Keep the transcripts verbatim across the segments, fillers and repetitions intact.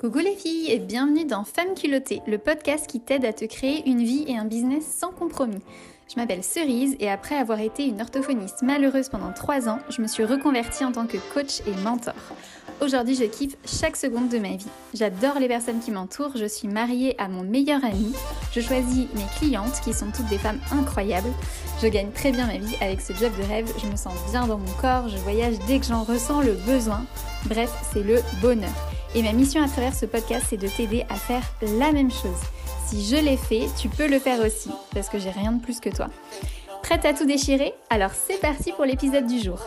Coucou les filles et bienvenue dans Femmes culottées, le podcast qui t'aide à te créer une vie et un business sans compromis. Je m'appelle Cerise et après avoir été une orthophoniste malheureuse pendant trois ans, je me suis reconvertie en tant que coach et mentor. Aujourd'hui, je kiffe chaque seconde de ma vie. J'adore les personnes qui m'entourent, je suis mariée à mon meilleur ami, je choisis mes clientes qui sont toutes des femmes incroyables, je gagne très bien ma vie avec ce job de rêve, je me sens bien dans mon corps, je voyage dès que j'en ressens le besoin. Bref, c'est le bonheur. Et ma mission à travers ce podcast, c'est de t'aider à faire la même chose. Si je l'ai fait, tu peux le faire aussi, parce que j'ai rien de plus que toi. Prête à tout déchirer? Alors c'est parti pour l'épisode du jour.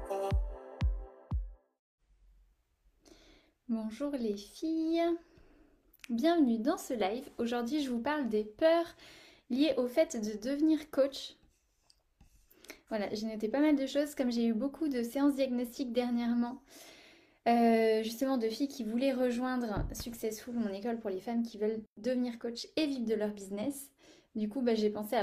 Bonjour les filles, bienvenue dans ce live. Aujourd'hui, je vous parle des peurs liées au fait de devenir coach. Voilà, j'ai noté pas mal de choses, comme j'ai eu beaucoup de séances diagnostiques dernièrement. Euh, justement de filles qui voulaient rejoindre Successful, mon école pour les femmes qui veulent devenir coach et vivre de leur business. Du coup, bah, j'ai pensé à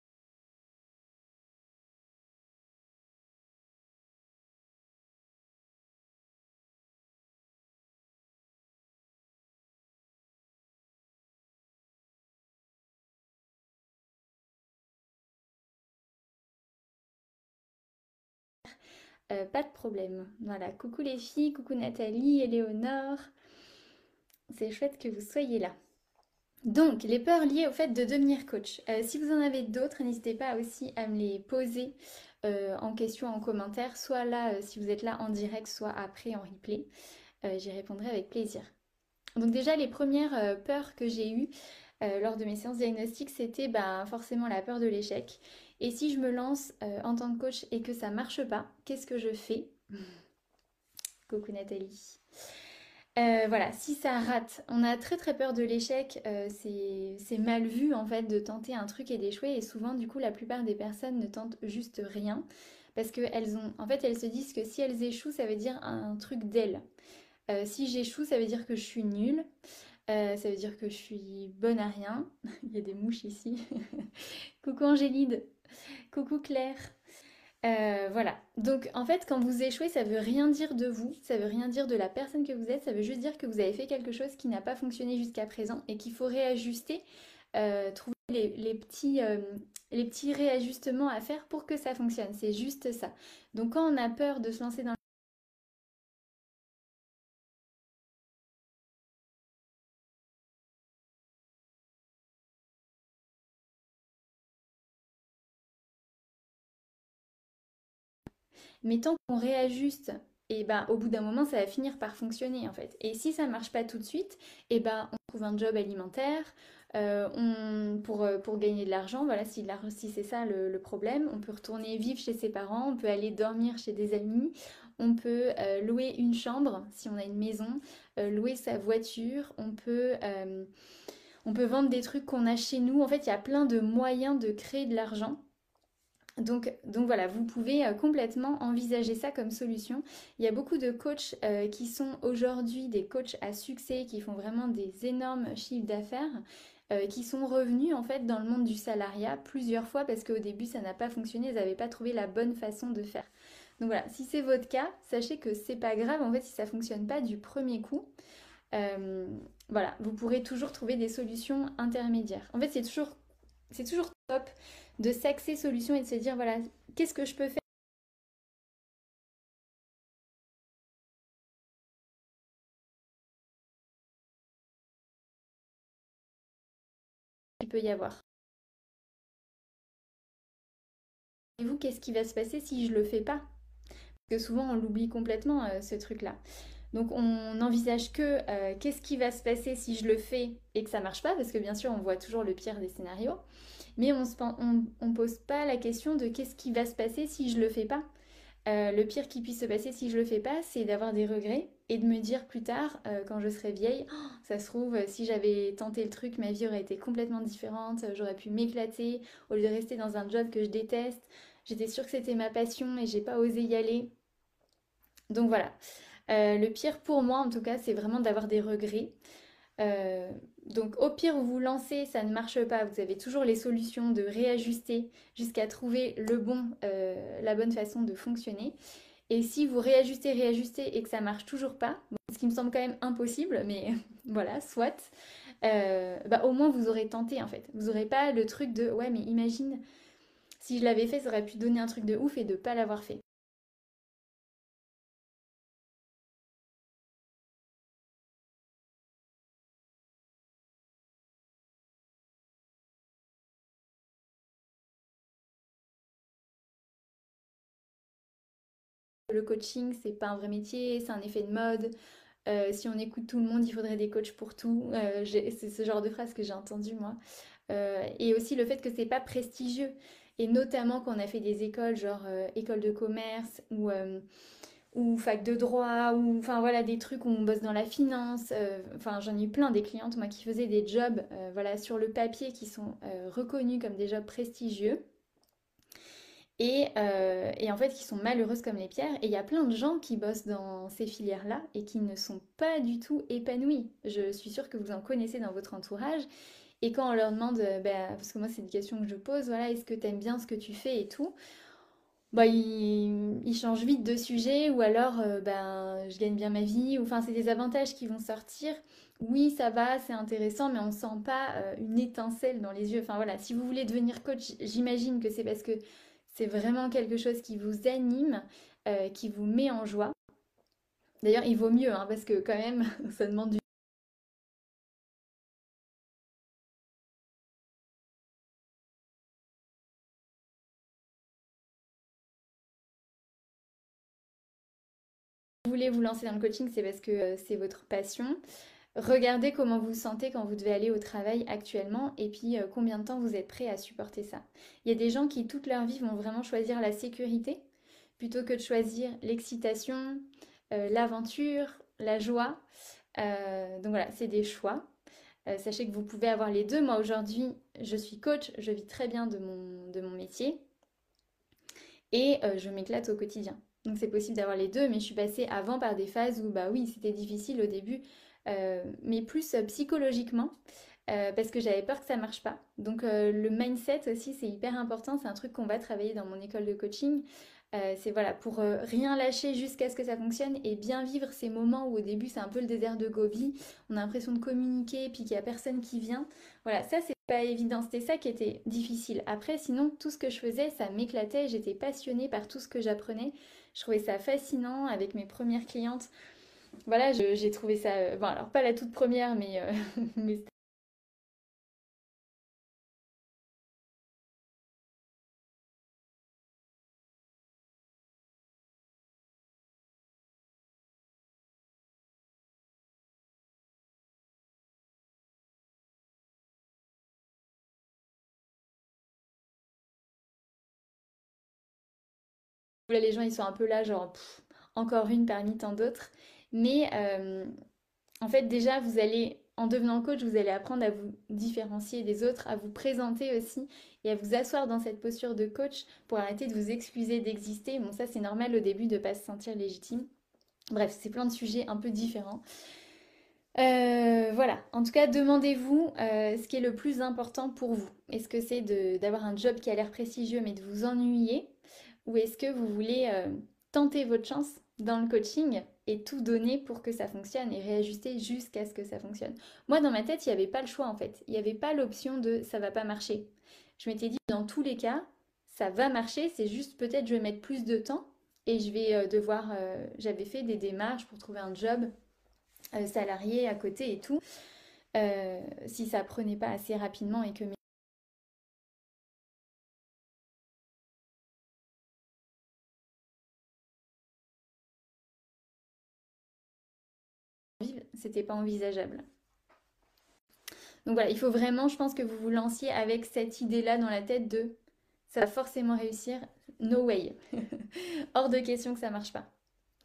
euh, pas de problème. Voilà, coucou les filles, coucou Nathalie, Éléonore. C'est chouette que vous soyez là. Donc, les peurs liées au fait de devenir coach. Euh, si vous en avez d'autres, n'hésitez pas aussi à me les poser euh, en question, en commentaire, soit là, euh, si vous êtes là en direct, soit après en replay. Euh, j'y répondrai avec plaisir. Donc déjà, les premières euh, peurs que j'ai eues euh, lors de mes séances diagnostiques, c'était bah, forcément la peur de l'échec. Et si je me lance euh, en tant que coach et que ça marche pas, qu'est-ce que je fais? Coucou Nathalie. Euh, voilà, si ça rate, on a très très peur de l'échec, euh, c'est c'est mal vu en fait de tenter un truc et d'échouer et souvent du coup la plupart des personnes ne tentent juste rien parce qu'elles ont, en fait elles se disent que si elles échouent ça veut dire un truc d'elles. Euh, si j'échoue ça veut dire que je suis nulle, euh, ça veut dire que je suis bonne à rien. Il y a des mouches ici. Coucou Angélide, coucou Claire. Euh, voilà. Donc en fait, quand vous échouez, ça veut rien dire de vous, ça veut rien dire de la personne que vous êtes, ça veut juste dire que vous avez fait quelque chose qui n'a pas fonctionné jusqu'à présent et qu'il faut réajuster, euh, trouver les, les petits, euh, les petits réajustements à faire pour que ça fonctionne. C'est juste ça. Donc quand on a peur de se lancer dans mais tant qu'on réajuste, et ben au bout d'un moment, ça va finir par fonctionner en fait. Et si ça marche pas tout de suite, et ben on trouve un job alimentaire. Euh, on, pour, euh, pour gagner de l'argent, voilà, si, la- si c'est ça le, le problème, on peut retourner vivre chez ses parents, on peut aller dormir chez des amis, on peut euh, louer une chambre si on a une maison, euh, louer sa voiture, on peut, euh, on peut vendre des trucs qu'on a chez nous. En fait, il y a plein de moyens de créer de l'argent. Donc, donc voilà, vous pouvez euh, complètement envisager ça comme solution. Il y a beaucoup de coachs euh, qui sont aujourd'hui des coachs à succès, qui font vraiment des énormes chiffres d'affaires, euh, qui sont revenus en fait dans le monde du salariat plusieurs fois parce qu'au début ça n'a pas fonctionné, ils n'avaient pas trouvé la bonne façon de faire. Donc voilà, si c'est votre cas, sachez que c'est pas grave en fait si ça fonctionne pas du premier coup. Euh, voilà, vous pourrez toujours trouver des solutions intermédiaires. En fait, c'est toujours, c'est toujours top de s'axer solution et de se dire, voilà, qu'est-ce que je peux faire qu'il peut y avoir. Et vous, qu'est-ce qui va se passer si je le fais pas? Parce que souvent, on l'oublie complètement, euh, ce truc-là. Donc, on n'envisage que euh, qu'est-ce qui va se passer si je le fais et que ça marche pas, parce que bien sûr, on voit toujours le pire des scénarios. Mais on ne on pose pas la question de qu'est-ce qui va se passer si je le fais pas. Euh, le pire qui puisse se passer si je le fais pas, c'est d'avoir des regrets et de me dire plus tard, euh, quand je serai vieille, oh, ça se trouve, euh, si j'avais tenté le truc, ma vie aurait été complètement différente, euh, j'aurais pu m'éclater au lieu de rester dans un job que je déteste. J'étais sûre que c'était ma passion et j'ai pas osé y aller. Donc voilà. Euh, le pire pour moi, en tout cas, c'est vraiment d'avoir des regrets. Euh, donc au pire, vous vous lancez, ça ne marche pas, vous avez toujours les solutions de réajuster jusqu'à trouver le bon, euh, la bonne façon de fonctionner. Et si vous réajustez, réajustez et que ça marche toujours pas, bon, ce qui me semble quand même impossible, mais voilà, soit, euh, bah, au moins vous aurez tenté en fait. Vous n'aurez pas le truc de ouais, mais imagine si je l'avais fait, ça aurait pu donner un truc de ouf et de pas l'avoir fait. Le coaching, c'est pas un vrai métier, c'est un effet de mode. Euh, si on écoute tout le monde, il faudrait des coachs pour tout. Euh, j'ai- c'est ce genre de phrase que j'ai entendu moi. Euh, et aussi le fait que c'est pas prestigieux. Et notamment quand on a fait des écoles, genre euh, école de commerce ou, euh, ou fac de droit, ou enfin voilà, des trucs où on bosse dans la finance. Euh, Enfin, j'en ai eu plein des clientes, moi, qui faisaient des jobs euh, voilà, sur le papier qui sont euh, reconnus comme des jobs prestigieux. Et, euh, et en fait, qui sont malheureuses comme les pierres. Et il y a plein de gens qui bossent dans ces filières-là et qui ne sont pas du tout épanouis. Je suis sûre que vous en connaissez dans votre entourage. Et quand on leur demande, euh, bah, parce que moi c'est une question que je pose, voilà, est-ce que tu aimes bien ce que tu fais et tout, bah ils, ils changent vite de sujet ou alors euh, ben je gagne bien ma vie, ou enfin c'est des avantages qui vont sortir. Oui, ça va, c'est intéressant, mais on sent pas euh, une étincelle dans les yeux. Enfin voilà, si vous voulez devenir coach, j'imagine que c'est parce que c'est vraiment quelque chose qui vous anime, euh, qui vous met en joie. D'ailleurs, il vaut mieux, hein, parce que quand même, ça demande du... Si vous voulez vous lancer dans le coaching, c'est parce que euh, c'est votre passion. Regardez comment vous vous sentez quand vous devez aller au travail actuellement et puis euh, combien de temps vous êtes prêt à supporter ça. Il y a des gens qui toute leur vie vont vraiment choisir la sécurité plutôt que de choisir l'excitation, euh, l'aventure, la joie. Euh, donc voilà, c'est des choix. Euh, sachez que vous pouvez avoir les deux. Moi aujourd'hui, je suis coach, je vis très bien de mon, de mon métier et euh, je m'éclate au quotidien. Donc c'est possible d'avoir les deux, mais je suis passée avant par des phases où bah oui, c'était difficile au début, euh, mais plus euh, psychologiquement, euh, parce que j'avais peur que ça marche pas. Donc euh, le mindset aussi, c'est hyper important, c'est un truc qu'on va travailler dans mon école de coaching. Euh, c'est voilà, pour euh, rien lâcher jusqu'à ce que ça fonctionne et bien vivre ces moments où au début c'est un peu le désert de Gobi, on a l'impression de communiquer puis qu'il y a personne qui vient. Voilà, ça c'est pas évident, c'était ça qui était difficile. Après, sinon, tout ce que je faisais, ça m'éclatait, j'étais passionnée par tout ce que j'apprenais. Je trouvais ça fascinant avec mes premières clientes. Voilà, je- j'ai trouvé ça... euh, bon, alors pas la toute première, mais, euh, mais là, les gens, ils sont un peu là, genre, pff, encore une parmi tant d'autres. Mais euh, en fait, déjà, vous allez, en devenant coach, vous allez apprendre à vous différencier des autres, à vous présenter aussi et à vous asseoir dans cette posture de coach pour arrêter de vous excuser d'exister. Bon, ça, c'est normal au début de ne pas se sentir légitime. Bref, c'est plein de sujets un peu différents. Euh, voilà, en tout cas, demandez-vous euh, ce qui est le plus important pour vous. Est-ce que c'est de- d'avoir un job qui a l'air prestigieux mais de vous ennuyer? Ou est-ce que vous voulez euh, tenter votre chance dans le coaching et tout donner pour que ça fonctionne et réajuster jusqu'à ce que ça fonctionne? Moi, dans ma tête, il n'y avait pas le choix en fait. Il n'y avait pas l'option de ça va pas marcher. Je m'étais dit, dans tous les cas, ça va marcher, c'est juste peut-être je vais mettre plus de temps et je vais euh, devoir... euh, j'avais fait des démarches pour trouver un job euh, salarié à côté et tout. Euh, si ça prenait pas assez rapidement et que mes vivent, c'était pas envisageable. Donc voilà, il faut vraiment, je pense que vous vous lanciez avec cette idée-là dans la tête de ça va forcément réussir, no way. Hors de question que ça marche pas.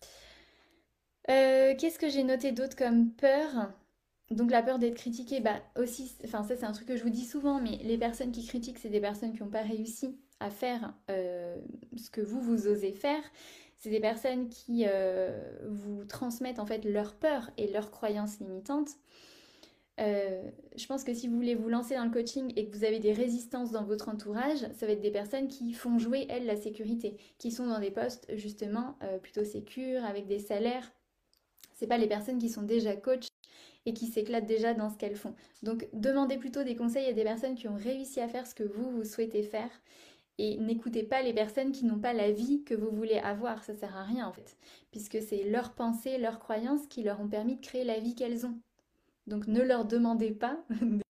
Euh, Qu'est-ce que j'ai noté d'autre comme peur? Donc la peur d'être critiqué, bah aussi, enfin ça c'est un truc que je vous dis souvent, mais les personnes qui critiquent, c'est des personnes qui n'ont pas réussi à faire euh, ce que vous, vous osez faire. C'est des personnes qui euh, vous transmettent en fait leur peur et leurs croyances limitantes. Euh, je pense que si vous voulez vous lancer dans le coaching et que vous avez des résistances dans votre entourage, ça va être des personnes qui font jouer, elles, la sécurité, qui sont dans des postes justement euh, plutôt sécures, avec des salaires. C'est pas les personnes qui sont déjà coach et qui s'éclatent déjà dans ce qu'elles font. Donc demandez plutôt des conseils à des personnes qui ont réussi à faire ce que vous, vous souhaitez faire. Et n'écoutez pas les personnes qui n'ont pas la vie que vous voulez avoir, ça sert à rien en fait, puisque c'est leurs pensées, leurs croyances qui leur ont permis de créer la vie qu'elles ont. Donc ne leur demandez pas.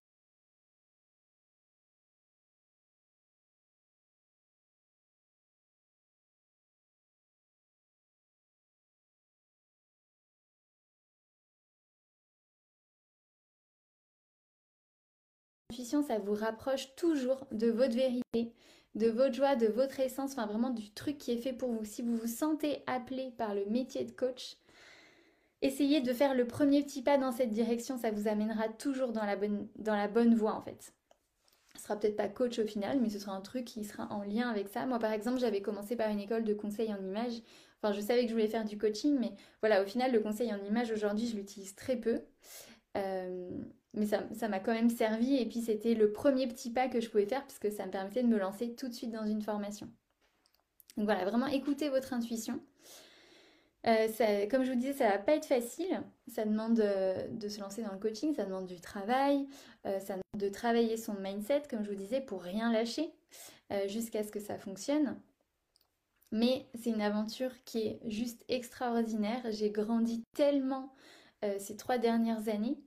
L'intuition, ça vous rapproche toujours de votre vérité, de votre joie, de votre essence, enfin vraiment du truc qui est fait pour vous. Si vous vous sentez appelé par le métier de coach, essayez de faire le premier petit pas dans cette direction, ça vous amènera toujours dans la bonne, dans la bonne voie en fait. Ce sera peut-être pas coach au final, mais ce sera un truc qui sera en lien avec ça. Moi par exemple, j'avais commencé par une école de conseil en images. Enfin, je savais que je voulais faire du coaching, mais voilà, au final, le conseil en images aujourd'hui, je l'utilise très peu. Euh, mais ça, ça m'a quand même servi et puis c'était le premier petit pas que je pouvais faire parce que ça me permettait de me lancer tout de suite dans une formation. Donc voilà, vraiment écoutez votre intuition. Euh, ça- comme je vous disais, ça va pas être facile. Ça demande euh, de se lancer dans le coaching, ça demande du travail, euh, ça demande de travailler son mindset, comme je vous disais, pour rien lâcher euh, jusqu'à ce que ça fonctionne. Mais c'est une aventure qui est juste extraordinaire. J'ai grandi tellement euh, ces trois dernières années.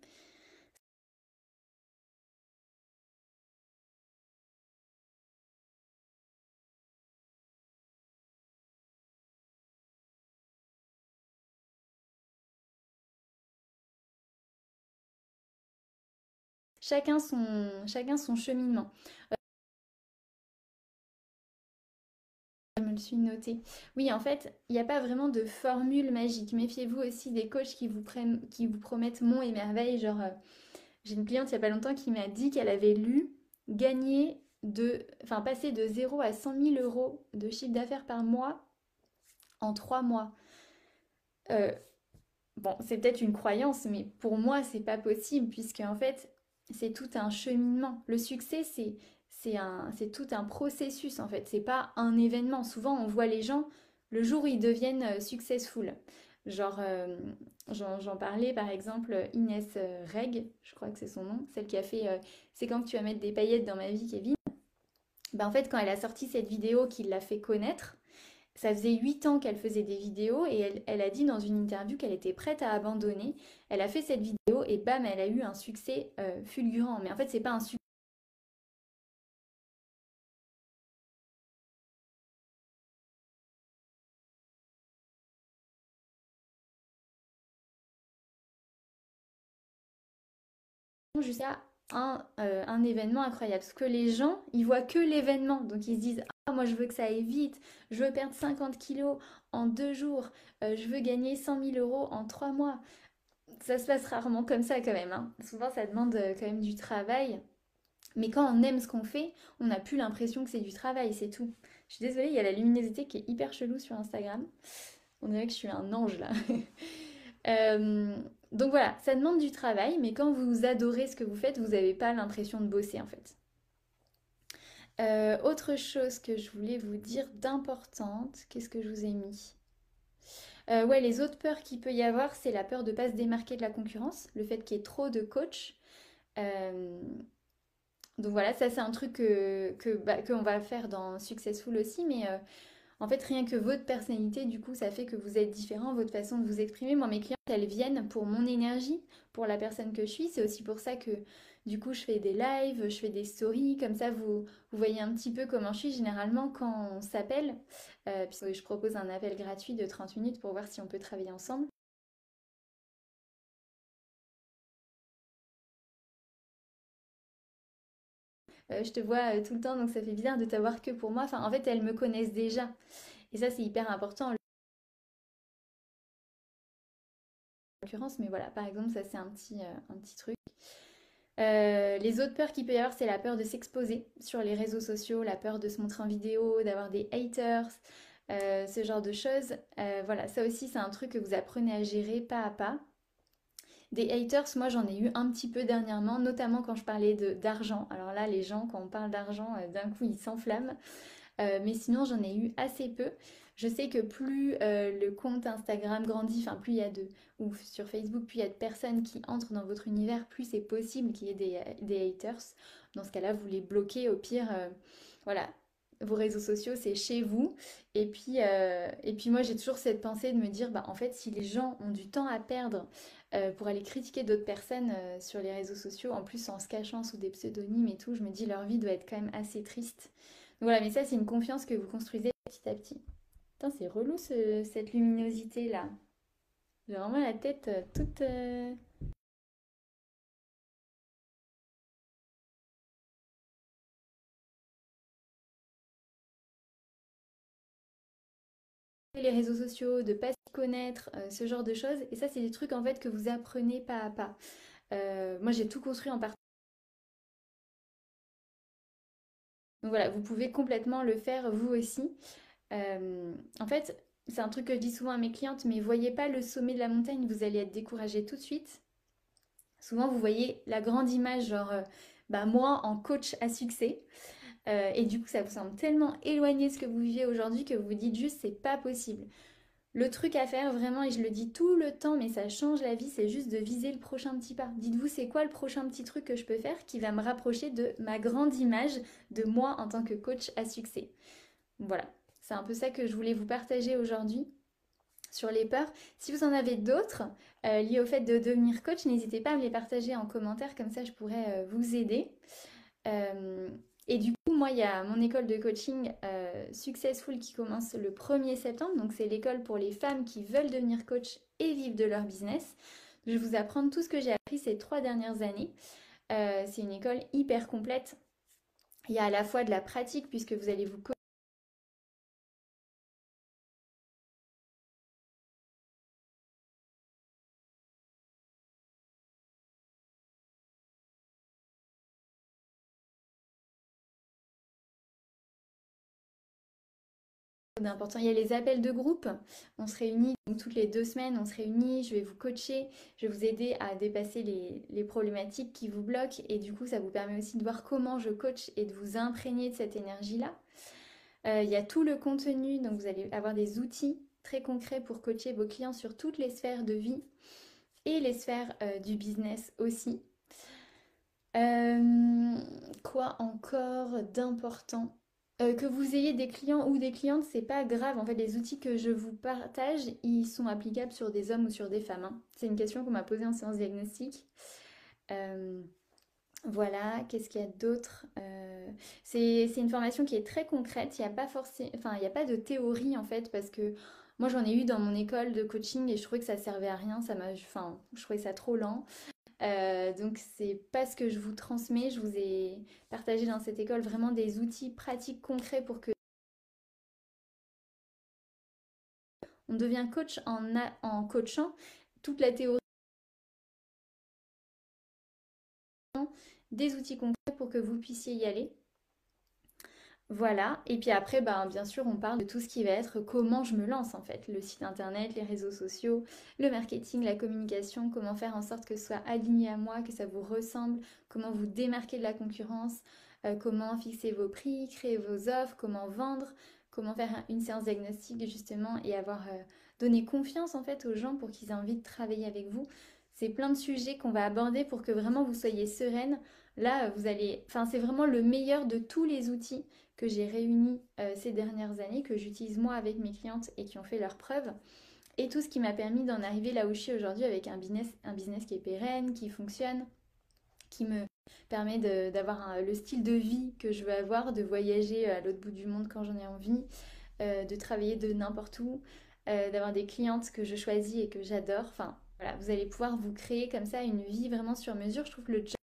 Chacun son, chacun son cheminement. Je me le suis noté. Oui, en fait, il n'y a pas vraiment de formule magique. Méfiez-vous aussi des coachs qui vous, prennent, qui vous promettent monts et merveilles. Genre, euh, j'ai une cliente il n'y a pas longtemps qui m'a dit qu'elle avait lu gagner de, enfin, passer de zéro à cent mille euros de chiffre d'affaires par mois en trois mois. Euh, bon, c'est peut-être une croyance, mais pour moi, c'est pas possible puisque en fait, c'est tout un cheminement. Le succès, c'est c'est un c'est tout un processus en fait. C'est pas un événement. Souvent, on voit les gens le jour où ils deviennent euh, successful. Genre, euh, j'en j'en parlais par exemple Inès euh, Reg, je crois que c'est son nom, celle qui a fait euh, C'est quand que tu vas mettre des paillettes dans ma vie, Kevin. Ben, en fait, quand elle a sorti cette vidéo qui l'a fait connaître, ça faisait huit ans qu'elle faisait des vidéos et elle, elle a dit dans une interview qu'elle était prête à abandonner. Elle a fait cette vidéo et bam, elle a eu un succès euh, fulgurant. Mais en fait, c'est pas un succès jusqu'à un, euh, un événement incroyable. Parce que les gens, ils voient que l'événement. Donc ils se disent, ah, moi je veux que ça aille vite, je veux perdre cinquante kilos en deux jours, euh, je veux gagner cent mille euros en trois mois. Ça se passe rarement comme ça quand même, hein. Souvent, ça demande euh, quand même du travail. Mais quand on aime ce qu'on fait, on n'a plus l'impression que c'est du travail, c'est tout. Je suis désolée, il y a la luminosité qui est hyper chelou sur Instagram. On dirait que je suis un ange là. Euh, donc voilà, ça demande du travail, mais quand vous adorez ce que vous faites, vous n'avez pas l'impression de bosser en fait. Euh, autre chose que je voulais vous dire d'importante, qu'est-ce que je vous ai mis? Euh, ouais, les autres peurs qu'il peut y avoir, c'est la peur de ne pas se démarquer de la concurrence, le fait qu'il y ait trop de coachs. Euh, donc voilà, ça c'est un truc que, que, bah, qu'on va faire dans Successful aussi, mais euh, en fait rien que votre personnalité, du coup ça fait que vous êtes différent, votre façon de vous exprimer. Moi mes clientes, elles viennent pour mon énergie, pour la personne que je suis, c'est aussi pour ça que du coup je fais des lives, je fais des stories, comme ça vous, vous voyez un petit peu comment je suis généralement quand on s'appelle, euh, puisque je propose un appel gratuit de trente minutes pour voir si on peut travailler ensemble. Euh, je te vois euh, tout le temps, donc ça fait bizarre de t'avoir que pour moi. Enfin, en fait, elles me connaissent déjà. Et ça, c'est hyper important en l'occurrence. Mais voilà, par exemple, ça, c'est un petit, euh, un petit truc. Euh, les autres peurs qu'il peut y avoir, c'est la peur de s'exposer sur les réseaux sociaux, la peur de se montrer en vidéo, d'avoir des haters, euh, ce genre de choses. Euh, voilà, ça aussi, c'est un truc que vous apprenez à gérer pas à pas. Des haters, moi j'en ai eu un petit peu dernièrement, notamment quand je parlais de d'argent. Alors là, les gens, quand on parle d'argent, euh, d'un coup ils s'enflamment. Euh, mais sinon, j'en ai eu assez peu. Je sais que plus euh, le compte Instagram grandit, enfin plus il y a de, ou sur Facebook, plus il y a de personnes qui entrent dans votre univers, plus c'est possible qu'il y ait des, euh, des haters. Dans ce cas-là, vous les bloquez. Au pire, euh, voilà, vos réseaux sociaux, c'est chez vous. Et puis, euh, et puis moi, j'ai toujours cette pensée de me dire, bah en fait, si les gens ont du temps à perdre euh, pour aller critiquer d'autres personnes euh, sur les réseaux sociaux, en plus en se cachant sous des pseudonymes et tout, je me dis leur vie doit être quand même assez triste. Voilà, mais ça, c'est une confiance que vous construisez petit à petit. Putain, c'est relou ce- cette luminosité-là. J'ai vraiment la tête euh, toute... euh, Les réseaux sociaux, de pas s'y connaître, euh, ce genre de choses. Et ça, c'est des trucs en fait que vous apprenez pas à pas. Euh, moi, j'ai tout construit en partie. Donc voilà, vous pouvez complètement le faire vous aussi. Euh, en fait, c'est un truc que je dis souvent à mes clientes, mais voyez pas le sommet de la montagne, vous allez être découragé tout de suite. Souvent, vous voyez la grande image, genre, euh, bah, moi en coach à succès. Euh, et du coup, ça vous semble tellement éloigné de ce que vous vivez aujourd'hui que vous vous dites juste, c'est pas possible. Le truc à faire vraiment, et je le dis tout le temps, mais ça change la vie, c'est juste de viser le prochain petit pas. Dites-vous, c'est quoi le prochain petit truc que je peux faire qui va me rapprocher de ma grande image de moi en tant que coach à succès. Voilà, c'est un peu ça que je voulais vous partager aujourd'hui sur les peurs. Si vous en avez d'autres euh, liées au fait de devenir coach, n'hésitez pas à me les partager en commentaire, comme ça je pourrais euh, vous aider. Euh, et du coup, moi, il y a mon école de coaching euh, Successful qui commence le premier septembre. Donc, c'est l'école pour les femmes qui veulent devenir coach et vivre de leur business. Je vais vous apprendre tout ce que j'ai appris ces trois dernières années. Euh, c'est une école hyper complète. Il y a à la fois de la pratique puisque vous allez vous d'important. Il y a les appels de groupe. On se réunit donc, toutes les deux semaines, on se réunit, je vais vous coacher, je vais vous aider à dépasser les, les problématiques qui vous bloquent et du coup ça vous permet aussi de voir comment je coach et de vous imprégner de cette énergie-là. Euh, il y a tout le contenu, donc vous allez avoir des outils très concrets pour coacher vos clients sur toutes les sphères de vie et les sphères euh, du business aussi. Euh, quoi encore d'important? Euh, que vous ayez des clients ou des clientes, c'est pas grave. En fait, les outils que je vous partage, ils sont applicables sur des hommes ou sur des femmes, hein. C'est une question qu'on m'a posée en séance diagnostique. Euh, voilà, qu'est-ce qu'il y a d'autre? Euh, c'est, c'est une formation qui est très concrète. Il n'y a pas forcément, enfin, il n'y a pas de théorie en fait, parce que moi j'en ai eu dans mon école de coaching et je trouvais que ça servait à rien. Ça m'a, enfin, je trouvais ça trop lent. Euh, donc c'est pas ce que je vous transmets. Je vous ai partagé dans cette école vraiment des outils pratiques concrets pour que on devient coach en, a- en coachant toute la théorie, des outils concrets pour que vous puissiez y aller. Voilà, et puis après, ben, bien sûr, on parle de tout ce qui va être comment je me lance en fait, le site internet, les réseaux sociaux, le marketing, la communication, comment faire en sorte que ce soit aligné à moi, que ça vous ressemble, comment vous démarquer de la concurrence, euh, comment fixer vos prix, créer vos offres, comment vendre, comment faire une séance diagnostique justement et avoir euh, donné confiance en fait aux gens pour qu'ils aient envie de travailler avec vous. C'est plein de sujets qu'on va aborder pour que vraiment vous soyez sereine. Là, vous allez, enfin, c'est vraiment le meilleur de tous les outils que j'ai réunis euh, ces dernières années, que j'utilise moi avec mes clientes et qui ont fait leurs preuves. Et tout ce qui m'a permis d'en arriver là où je suis aujourd'hui avec un business, un business qui est pérenne, qui fonctionne, qui me permet de- d'avoir le style de vie que je veux avoir, de voyager à l'autre bout du monde quand j'en ai envie, euh, de travailler de n'importe où, euh, d'avoir des clientes que je choisis et que j'adore. Enfin, voilà, vous allez pouvoir vous créer comme ça une vie vraiment sur mesure. Je trouve que le job,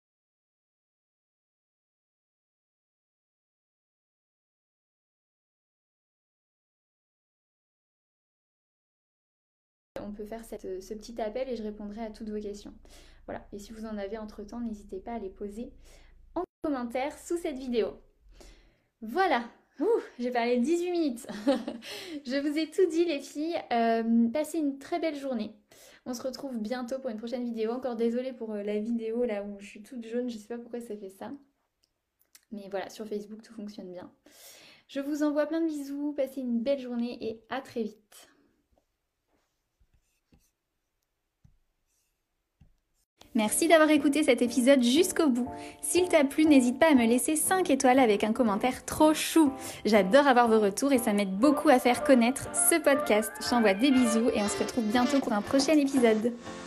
on peut faire cette- ce petit appel et je répondrai à toutes vos questions. Voilà, et si vous en avez entre-temps, n'hésitez pas à les poser en commentaire sous cette vidéo. Voilà, ouh, j'ai parlé dix-huit minutes. Je vous ai tout dit les filles. Euh, passez une très belle journée. On se retrouve bientôt pour une prochaine vidéo. Encore désolée pour euh, la vidéo là où je suis toute jaune, je sais pas pourquoi ça fait ça. Mais voilà, sur Facebook tout fonctionne bien. Je vous envoie plein de bisous, passez une belle journée et à très vite. Merci d'avoir écouté cet épisode jusqu'au bout. S'il t'a plu, n'hésite pas à me laisser cinq étoiles avec un commentaire trop chou. J'adore avoir vos retours et ça m'aide beaucoup à faire connaître ce podcast. Je t'envoie des bisous et on se retrouve bientôt pour un prochain épisode.